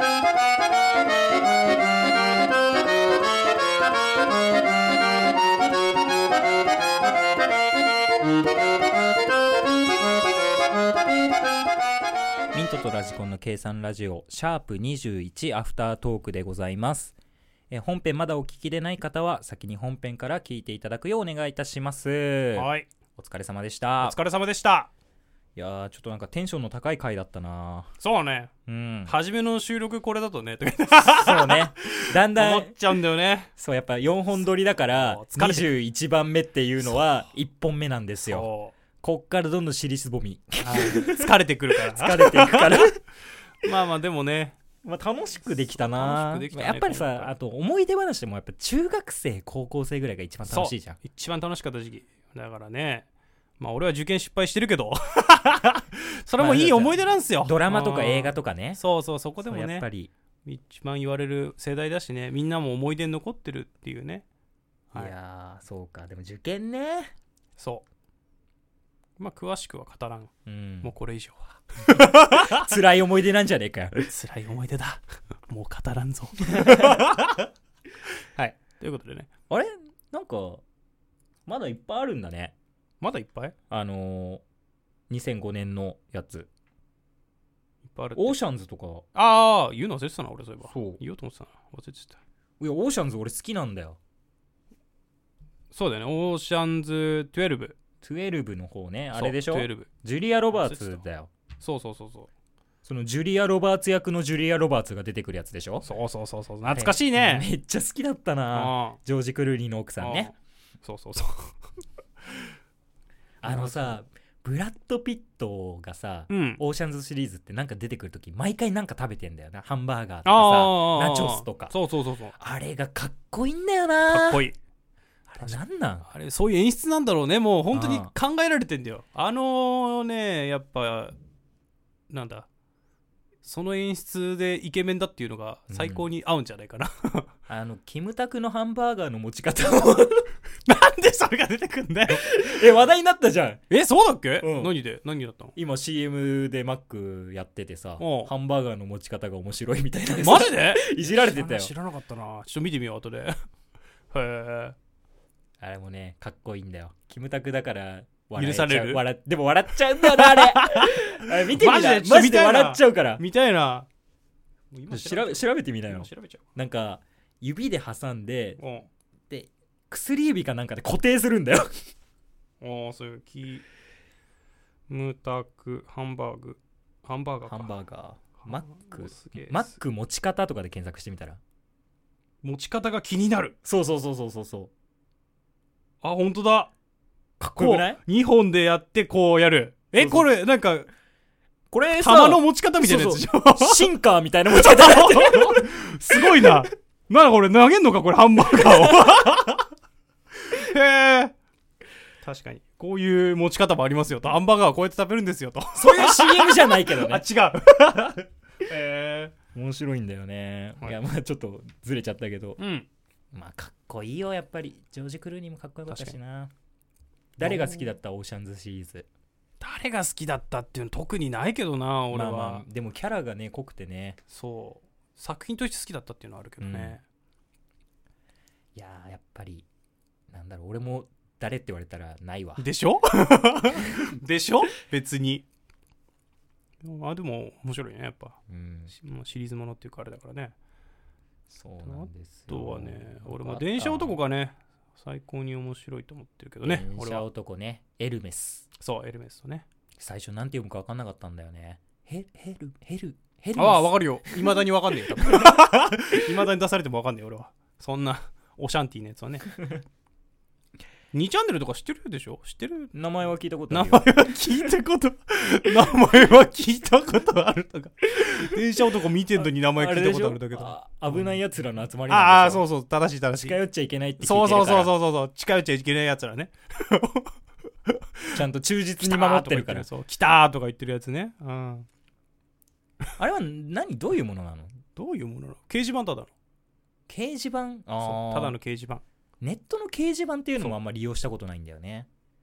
ミントとラジコンの計算ラジオシャープ21アフタートークでございます。本編まだお聞きでない方は先に本編から聞いていただくようお願いいたします。 はい、 お疲れ様でした。 お疲れ様でした。 いやーちょっとなんかテンションの高い回だったな。 そうね、 うん、 初めの収録これだとねそうね、だんだん思っちゃうんだよね。 そうやっぱ4本撮りだから21番目っていうのは1本目なんですよ。こっからどんどん尻すぼみ疲れてくるから疲れていくからまあまあでもね、 まあ、楽しくできたな。 楽しくできたね。 やっぱりさ、あと思い出話でもやっぱ中学生高校生ぐらいが一番楽しいじゃん。 一番楽しかった時期だからね。まあ俺は受験失敗してるけどそれもいい思い出なんですよ。 ドラマとか映画とかね。 そうそう、そこでもねやっぱり一番言われる世代だしね、みんなも思い出に残ってるっていうね。 いやーそうか。でも受験ね。 そうまあ詳しくは語らん、 うん、 もうこれ以上は辛い思い出なんじゃねえかよ辛い思い出だもう語らんぞはい、ということでね、 あれなんかまだいっぱいあるんだね。 まだいっぱい 2005年のやついっぱいある。 オーシャンズとか。 ああ言うの忘れてたな俺。そういえばそう言おうと思ってたな、忘れてた。 いやオーシャンズ俺好きなんだよ。 そうだよね、オーシャンズ 12の方ね。あれでしょ、 12。 ジュリア・ロバーツだよ。 そうそのジュリア・ロバーツ役のジュリア・ロバーツが出てくるやつでしょ。 そう懐かしいね。 めっちゃ好きだったな。ジョージ・クルーニーの奥さんね。 そうさブラッド・ピットがさ、オーシャンズシリーズってなんか出てくるとき毎回なんか食べてんだよな。ハンバーガーとかさ、ナチョスとか。 そうあれがかっこいいんだよな。 かっこいい。 あれなんなん？ あれそういう演出なんだろうね。もう本当に考えられてんだよ。やっぱなんだ、その演出でイケメンだっていうのが最高に合うんじゃないかな、 キムタクのハンバーガーの持ち方をなんでそれが出てくんだよ話題になったじゃん。 そうだっけ、 うん、 何だったの？ 今 CM でマックやっててさ、ハンバーガーの持ち方が面白いみたいなマジでいじられてたよ。 知らなかったな。ちょっと見てみよう後でへえ。 あれもねかっこいいんだよ。キムタクだから許される。 でも笑っちゃうんだよなあれ見てみな。マジで笑っちゃうから。 見たいな。 調べてみなよ。なんか指で挟んで、で薬指かなんかで固定するんだよそういうキムタクハンバーガーマック持ち方とかで検索してみたら持ち方が気になる。 そうあ、本当だ。 かっこよくない？ 2 本でやってこうやる。これなんかこれさ玉の持ち方みたいなやつじゃん。 シンカーみたいな持ち方やってるすごいな。なんかこれ投げんのかこれハンバーガーをへえ。確かにこういう持ち方もありますよと。ハンバーガーはこうやって食べるんですよと。 そういう CM じゃないけどね。 あ、違うへえ、 面白いんだよね、はい、いやまあちょっとずれちゃったけど、まあかっこいいよやっぱり。ジョージ・クルーニーもかっこよかったしな。誰が好きだったオーシャンズシリーズ？ 誰が好きだったっていうの特にないけどな俺は、 まあ、でもキャラがね濃くてね。 そう作品として好きだったっていうのはあるけどね、 いややっぱりなんだろう、俺も誰って言われたらないわ。 でしょでしょ別に。でも面白いねやっぱ、シリーズものっていうかあれだからね。 そうなんですよ。 あとはね、俺も電車男がね最高に面白いと思ってるけどね。 電車男ね、エルメス。 そうエルメスとね、 最初なんて読むか分かんなかったんだよね。ヘルああ分かるよ。いまだに分かんねえよいまだに出されても分かんねえ俺は。そんなオシャンティーのやつはね2チャンネルとか知ってるでしょ？知ってる？ 名前は聞いたことあるよ。 名前は聞いたことあるとか電車男見てんのに名前聞いたことあるんだけど。 危ないやつらの集まりなんでしょ。そう正しい近寄っちゃいけないって聞いてるから。 そう近寄っちゃいけないやつらねちゃんと忠実に守ってるから。 来たーとか言ってるやつね、 あれはどういうものなの？ 掲示板ただの掲示板。 ただの掲示板。 ネットの掲示板っていうのもあんまり利用したことないんだよね。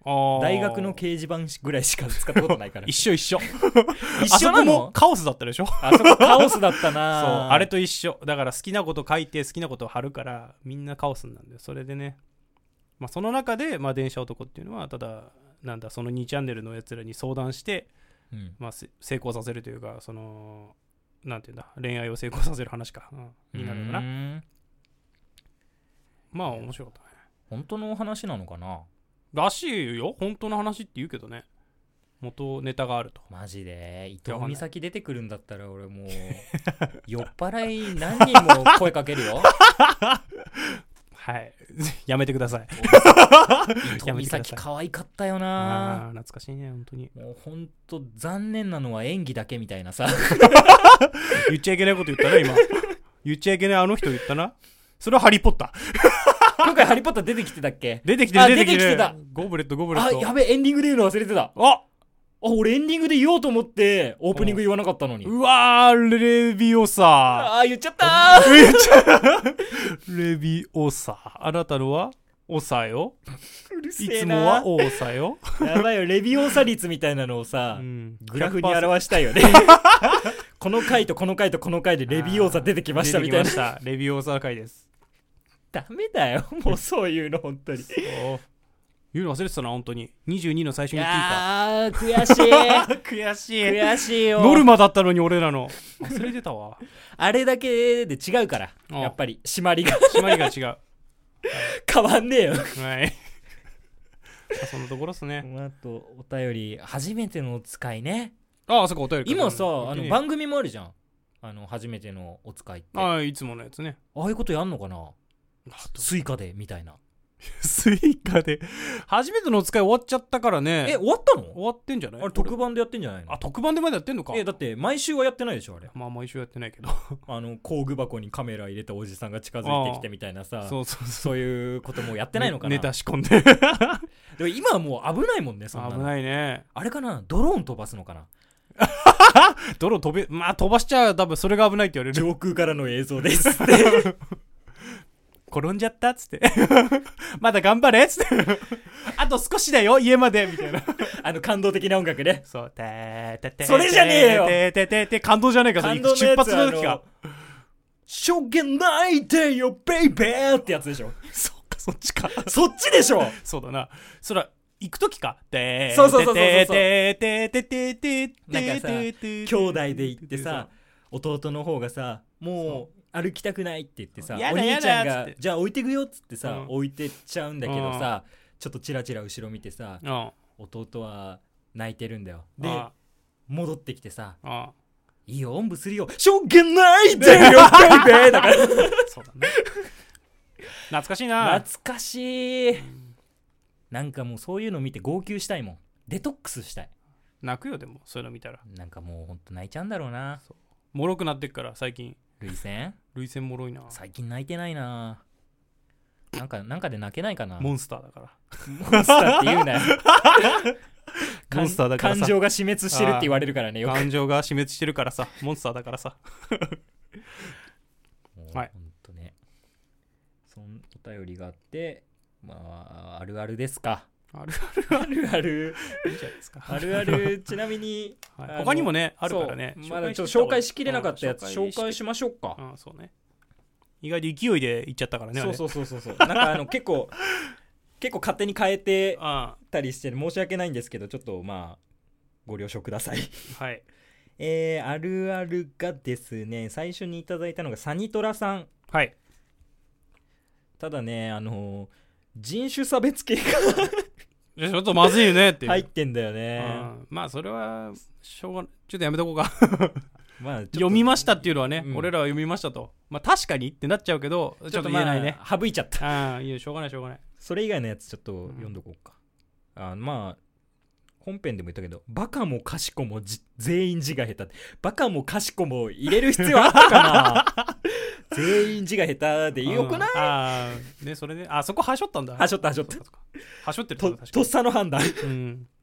大学の掲示板ぐらいしか使ったことないから一緒一緒あそこなのもカオスだったでしょ。 あそこカオスだったなそうあれと一緒だから、好きなこと書いて好きなことを貼るからみんなカオスなんだよ。それでね、まあ、その中で、まあ、電車男っていうのはただなんだ、その2チャンネルのやつらに相談して、まあ、成功させるというか、そのなんていうんだ、恋愛を成功させる話か、になるのかな。まあ面白かったね。 本当のお話なのかならしいよ。本当の話って言うけどね、元ネタがあると。 マジで伊藤美咲出てくるんだったら俺もう酔っ払い何人も声かけるよはいやめてください。 伊藤美咲可愛かったよな。 懐かしいね本当に。 もう本当残念なのは演技だけみたいなさ言っちゃいけないこと言ったな今。言っちゃいけないあの人言ったな。それはハリーポッター。 今回ハリーポッター出てきてたっけ？ 出てきてる出てきてた。 ゴブレット。 あ、やべえ、エンディングで言うの忘れてた。俺エンディングで言おうと思ってオープニング言わなかったのに。 うわー、レビオサ。 言っちゃったー。 レビオサ。あなたのはオサよ。 うるせえな。 いつもはオサよ。 やばいよ、レビオサ率みたいなのをさ、グラフに表したいよね。この回とこの回とこの回でレビオーサ出てきましたみたいな。 レビオーサ回です。 ダメだよもうそういうの本当に。 言うの忘れてたな本当に。22の最初に言っていいか。 悔しい悔しいよ。 ノルマだったのに俺らの忘れてたわ。 あれだけで違うから、やっぱり締まりが違う。 変わんねえよ。 はいそんなところっすね。 あとお便り、初めてのお使いね。 そっか、お便り。 今さ、番組もあるじゃん、初めてのお使いって。 いつものやつね。 ああいうことやんのかな、スイカでみたいな。 スイカで初めてのお使い終わっちゃったからね。 終わったの？ 終わってんじゃない？ あれ特番でやってんじゃないの？ 特番でまでやってんのか。 だって毎週はやってないでしょあれ。 まあ毎週やってないけど工具箱にカメラ入れたおじさんが近づいてきてみたいなさ、そういうこともやってないのかな。 ネタ仕込んででも今はもう危ないもんね。そんなの危ないね。 あれかな、ドローン飛ばすのかな。 ドローン飛ばしちゃ多分それが危ないって言われる。 上空からの映像ですって転んじゃったっつってまだ頑張れっつってあと少しだよ家までみたいな感動的な音楽ね。 そうそれじゃねえよ。 感動じゃねえか。 感動のやつ、 出発の時か。 しょげないでよベイベーってやつでしょ。 そっか、そっちか。 そっちでしょ。 そうだな。そら行く時か。 そうなんかさ、兄弟で行ってさ、弟の方がさ、もう歩きたくないって言ってさ、お兄ちゃんがじゃあ置いてくよっつってさ、置いてっちゃうんだけどさ、ちょっとチラチラ後ろ見てさ、弟は泣いてるんだよ。で戻ってきてさ、いいよおんぶするよ、しょうげないでよベイベーだからそうだね。 懐かしいな。 懐かしい。なんかもうそういうの見て号泣したいもん。デトックスしたい。 泣くよでもそういうの見たら。 なんかもうほんと泣いちゃうんだろうな。 もろくなってっから最近。 涙腺もろいな。最近泣いてないな。なんかで泣けないかな。 モンスターだから。 モンスターって言うなよモンスターだからさ。 感情が死滅してるって言われるからね。よく感情が死滅してるからさ、モンスターだからさはい。ほんとね。そんお便りがあって、まああるあるですか。あるいいじゃないですか。 あるあるちなみに、 他にもねあるからね。 まだちょっと紹介しきれなかったやつ紹介しましょうか。 そうね。意外と勢いでいっちゃったからね。 そうなんか結構勝手に変えてたりして申し訳ないんですけど、ちょっとまあご了承くださいはい。 あるあるがですね、最初にいただいたのがサニトラさん。 はい。 ただね、人種差別系がちょっとまずいねって入ってんだよね。 まあそれはしょうがない。ちょっとやめとこうかまあ読みましたっていうのはね、俺らは読みましたと。まあ確かにってなっちゃうけど、ちょっと言えないね。 省いちゃった。 いやしょうがない。 それ以外のやつちょっと読んどこうか。まあ本編でも言ったけど、バカもかしこも全員字が下手。バカもかしこも入れる必要あったかな全員字が下手でよくない？ ね、それね。そこはしょったんだ。 はしょった。はしょってる。 とっさの判断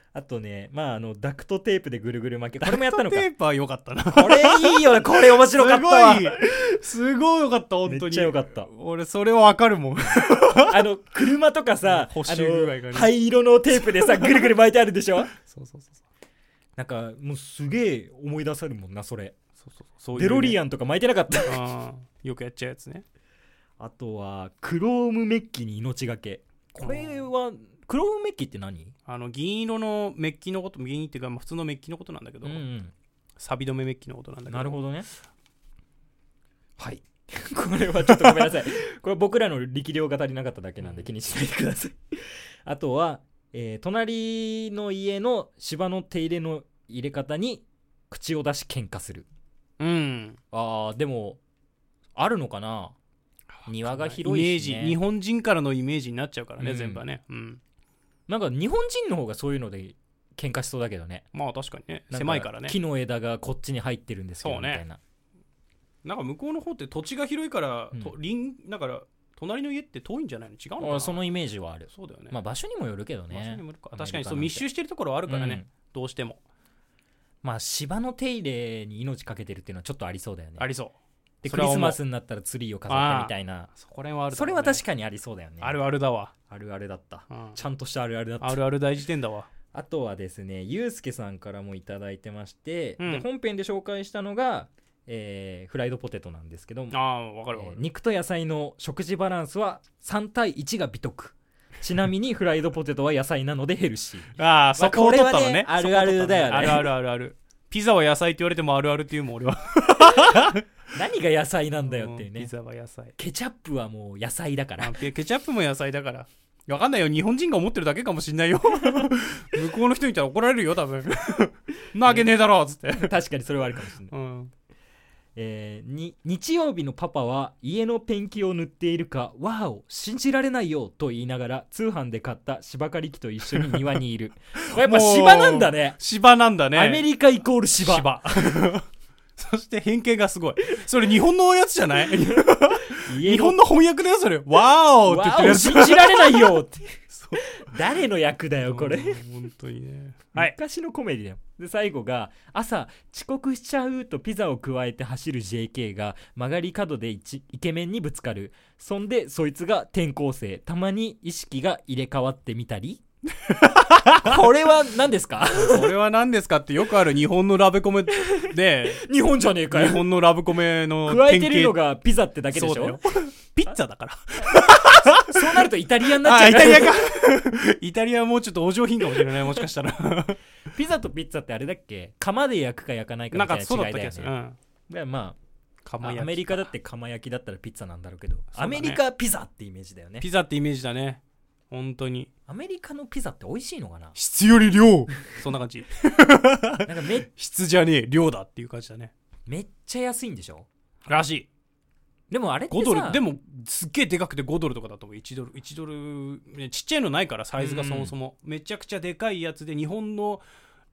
あとね、まあダクトテープでぐるぐる巻き、これもやったのか。 テープは良かったな。 これいいよね、これ面白かったわ。 すごい良かった、本当に。 めっちゃ良かった。 俺それはわかるもん。 車とかさ、 補修具合がね、 灰色のテープでさ、ぐるぐる巻いてあるでしょ。 そうそうそう。 なんかもうすげえ思い出されるもんな、それ。 そうデロリアアンとか巻いてなかった。 よくやっちゃうやつね。 あとはクロームメッキに命がけ。これはクロームメッキって何？ 銀色のメッキのこと、銀っていうか、普通のメッキのことなんだけど、錆止めメッキのことなんだけど。 なるほどね。はい。これはちょっとごめんなさい。これ僕らの力量が足りなかっただけなんで気にしないでください。あとは、隣の家の芝の手入れの入れ方に口を出し喧嘩する。でもあるのかな。庭が広いし、ね、 イメージ、日本人からのイメージになっちゃうからね、全部はね。 なんか日本人の方がそういうので喧嘩しそうだけどね。 まあ確かにね、狭いからね。 木の枝がこっちに入ってるんですけど、みたいな。 なんか向こうの方って土地が広いから、だから隣の家って遠いんじゃないの？違うのかな。 そのイメージはある。 そうだよね。 まあ場所にもよるけどね。 場所にもよるか。確かにそう密集してるところはあるからね、どうしても。 まあ芝の手入れに命かけてるっていうのはちょっとありそうだよね。 ありそう。 でクリスマスになったらツリーを飾ってみたいな。 これはある、ね、 それは確かにありそうだよね。 あるあるだわ。 あるあるだった、ちゃんとしたあるあるだった。 あるある大事点だわ。 あとはですね、ゆうすけさんからもいただいてまして、で本編で紹介したのが、フライドポテトなんですけども、 わかるわかる。 肉と野菜の食事バランスは3対1が美徳。ちなみにフライドポテトは野菜なのでヘルシー。 そこを取ったのね。 あるあるだよね。 あるあるあるある。ピザは野菜って言われてもあるあるって言うもん俺は。 何が野菜なんだよっていうね。 ピザは野菜。 ケチャップはもう野菜だから。 ケチャップも野菜だから。わかんないよ、日本人が思ってるだけかもしんないよ。向こうの人に言ったら怒られるよ多分。なわけねえだろっつって。 確かにそれはあるかもしれない。日曜日のパパは家のペンキを塗っているかわお信じられないよと言いながら通販で買った芝刈り機と一緒に庭にいる。やっぱ芝なんだね。 芝なんだね。 アメリカイコール芝。 そして変形がすごい。それ日本のやつじゃない？日本の翻訳だよそれ。ワーオって言ってるやつ。 信じられないよって。誰の役だよこれ。 本当にね。 昔のコメディだよ。で最後が朝遅刻しちゃうとピザを加えて走る JK が曲がり角でイケメンにぶつかる。そんでそいつが転校生。たまに意識が入れ替わってみたり。これは何ですか？ これは何ですかってよくある日本のラブコメで。 日本じゃねえかよ。 日本のラブコメの加えてるのがピザってだけでしょ。 ピッツァだから。 そうなるとイタリアになっちゃう。 イタリアか。イタリアはもうちょっとお上品かもしれない。もしかしたら。 ピザとピッツァってあれだっけ？窯で焼くか焼かないかみたいな違いだよね。でまあアメリカだって窯焼きだったらピッツァなんだろうけど、アメリカピザってイメージだよね。 ピザってイメージだね。本当に。 アメリカのピザって美味しいのかな？ 質より量。そんな感じ。 なんか質じゃねえ量だっていう感じだね。 めっちゃ安いんでしょ？ らしい。 でもあれってさ 5ドルでもすっげえでかくて5ドルとかだと思う。1ドルちっちゃいのないからサイズがそもそも、めちゃくちゃでかいやつで日本の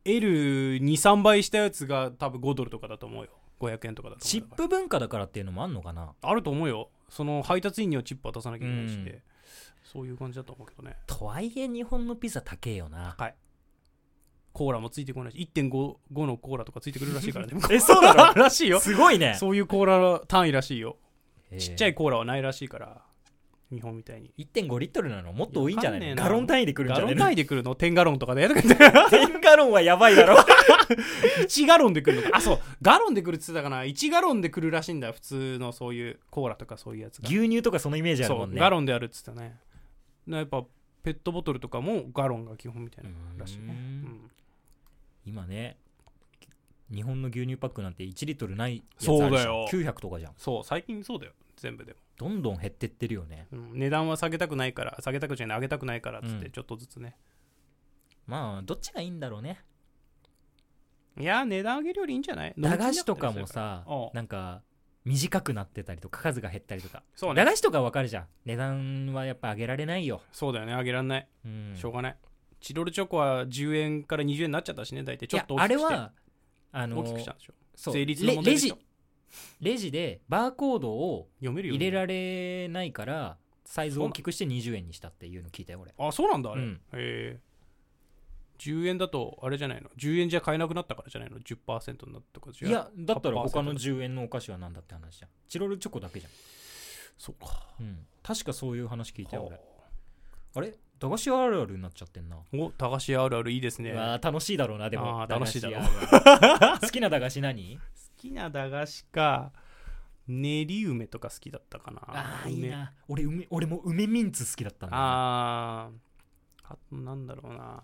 L2,3 倍したやつが多分5ドルとかだと思うよ。500円とかだと思う。 チップ文化だからっていうのもあんのかな？ あると思うよ。その配達員にはチップ渡さなきゃいけないしで、そういう感じだと思うけどね。 とはいえ日本のピザ高えよな。 はい。コーラもついてこないし 1.5 のコーラとかついてくるらしいからね。 そうなの？ らしいよ。 すごいね。 そういうコーラ単位らしいよ。ちっちゃいコーラはないらしいから日本みたいに 1.5 リットルなのもっと多いんじゃないの？ガロン単位で来るんじゃないの？ ガロン単位で来るの？10ガロンとかで 10ガロンはやばいだろ。 1ガロンで来るのか。あ、そうガロンで来るって言ってたかな。1ガロンで来るらしいんだ。普通のそういうコーラとかそういうやつが。 牛乳とかそのイメージあるもんね。 そうガロンであるって言ってたね。やっぱペットボトルとかもガロンが基本みたいならしいね。今ね日本の牛乳パックなんて1リットルないやつそうだよ。 900とかじゃん。 そう最近そうだよ。全部でもどんどん減ってってるよね。 値段は下げたくないから上げたくないからっつってちょっとずつね、 まあどっちがいいんだろうね。 いや値段上げるよりいいんじゃない？ 駄菓子とかもさなんか短くなってたりとか数が減ったりとか。 そうね。 駄菓子とかわかるじゃん。値段はやっぱ上げられないよ。 そうだよね。上げられない、しょうがない。チロルチョコは10円から20円になっちゃったしね。大体ちょっと大きくして。あれは大きくしたんでしょ。そう税率の問題でしょ。レジでバーコードを入れられないからサイズを大きくして20円にしたっていうの聞いたよ俺。 あ、そうなんだあれ。へえ。 10円だとあれじゃないの、10円じゃ買えなくなったからじゃないの、 10% になったとかじゃ。 いやだったら他の 8% 10円のお菓子は何だって話じゃん。チロルチョコだけじゃん。 そうか、 確かそういう話聞いたよは俺。あれ駄菓子あるあるになっちゃってんな。 お、駄菓子あるあるいいですね。 うわ楽しいだろうな。でもあー楽しいだろう駄菓子あるある好きな駄菓子何？ 好きな駄菓子か、練り梅とか好きだったかな。 ああいいな。俺も梅ミンツ好きだったんだよな。 あとなんだろうな、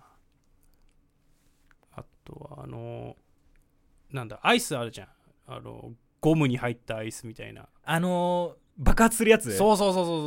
あとはなんだ、アイスあるじゃん、ゴムに入ったアイスみたいな。 爆発するやつ。 そう、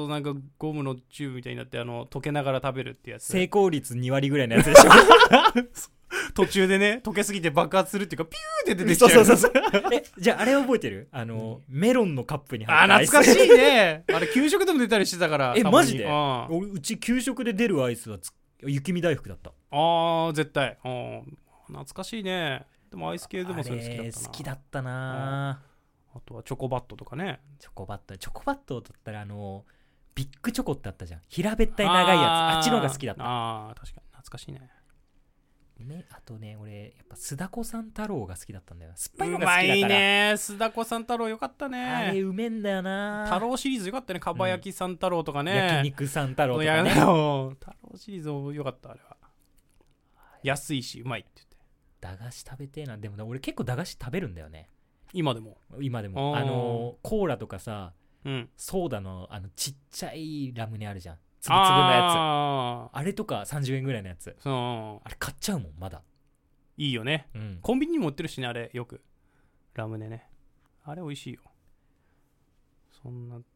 なんかゴムのチューブみたいになって溶けながら食べるってやつ。 成功率2割ぐらいのやつでしょ。 途中でね溶けすぎて爆発するっていうか、ピューって出てきちゃう。 そうじゃああれ覚えてる？メロンのカップに入ったアイス。 懐かしいね。あれ給食でも出たりしてたから。 マジで？ ううち給食で出るアイスは雪見大福だった。 絶対。懐かしいね。でもアイス系でもそれ好きだったな。 好きだったな。 あとはチョコバットとかね。 チョコバットだったらビッグチョコってあったじゃん。平べったい長いやつ。あっちの方が好きだった。 確かに懐かしいね。 あとね俺やっぱ須田子さん太郎が好きだったんだよ。酸っぱいのうが好きだから。 まいね。須田子さん太郎よかったね。 あれうめえんだよな。 太郎シリーズよかったね。かば焼きさん太郎とかね。 焼肉さん太郎とかね。 太郎シリーズよかった。あれは安いしうまいって言って。 駄菓子食べてえな。でも俺結構駄菓子食べるんだよね。 今でもコーラとかさ、ソーダのちっちゃいラムネあるじゃん。つぶつぶのやつ。あれとか30円ぐらいのやつ。あれ買っちゃうもんまだ。 いいよね、コンビニにも売ってるしね、あれよくラムネね。あれ美味しいよ。そんな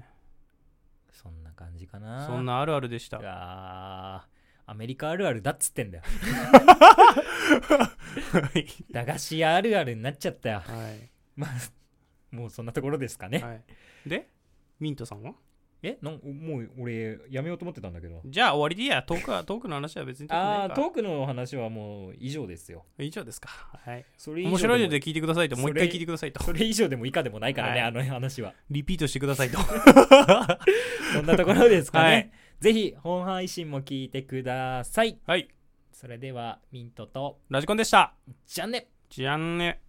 感じかな。 そんなあるあるでした。 アメリカあるあるだっつってんだよ。駄菓子あるあるになっちゃったよ。まあもうそんなところですかね。 でミントさんはもう俺やめようと思ってたんだけど。 じゃあ終わりでいいや。トークの話は別にトークの話はもう以上ですよ。 以上ですか。 それ以上面白いので聞いてくださいと。もう一回聞いてくださいと。 それ以上でも以下でもないからね、話はリピートしてくださいと。 そんなところですかね。ぜひ本配信も聞いてください。それではミントとラジコンでした。 じゃあね。 じゃんね。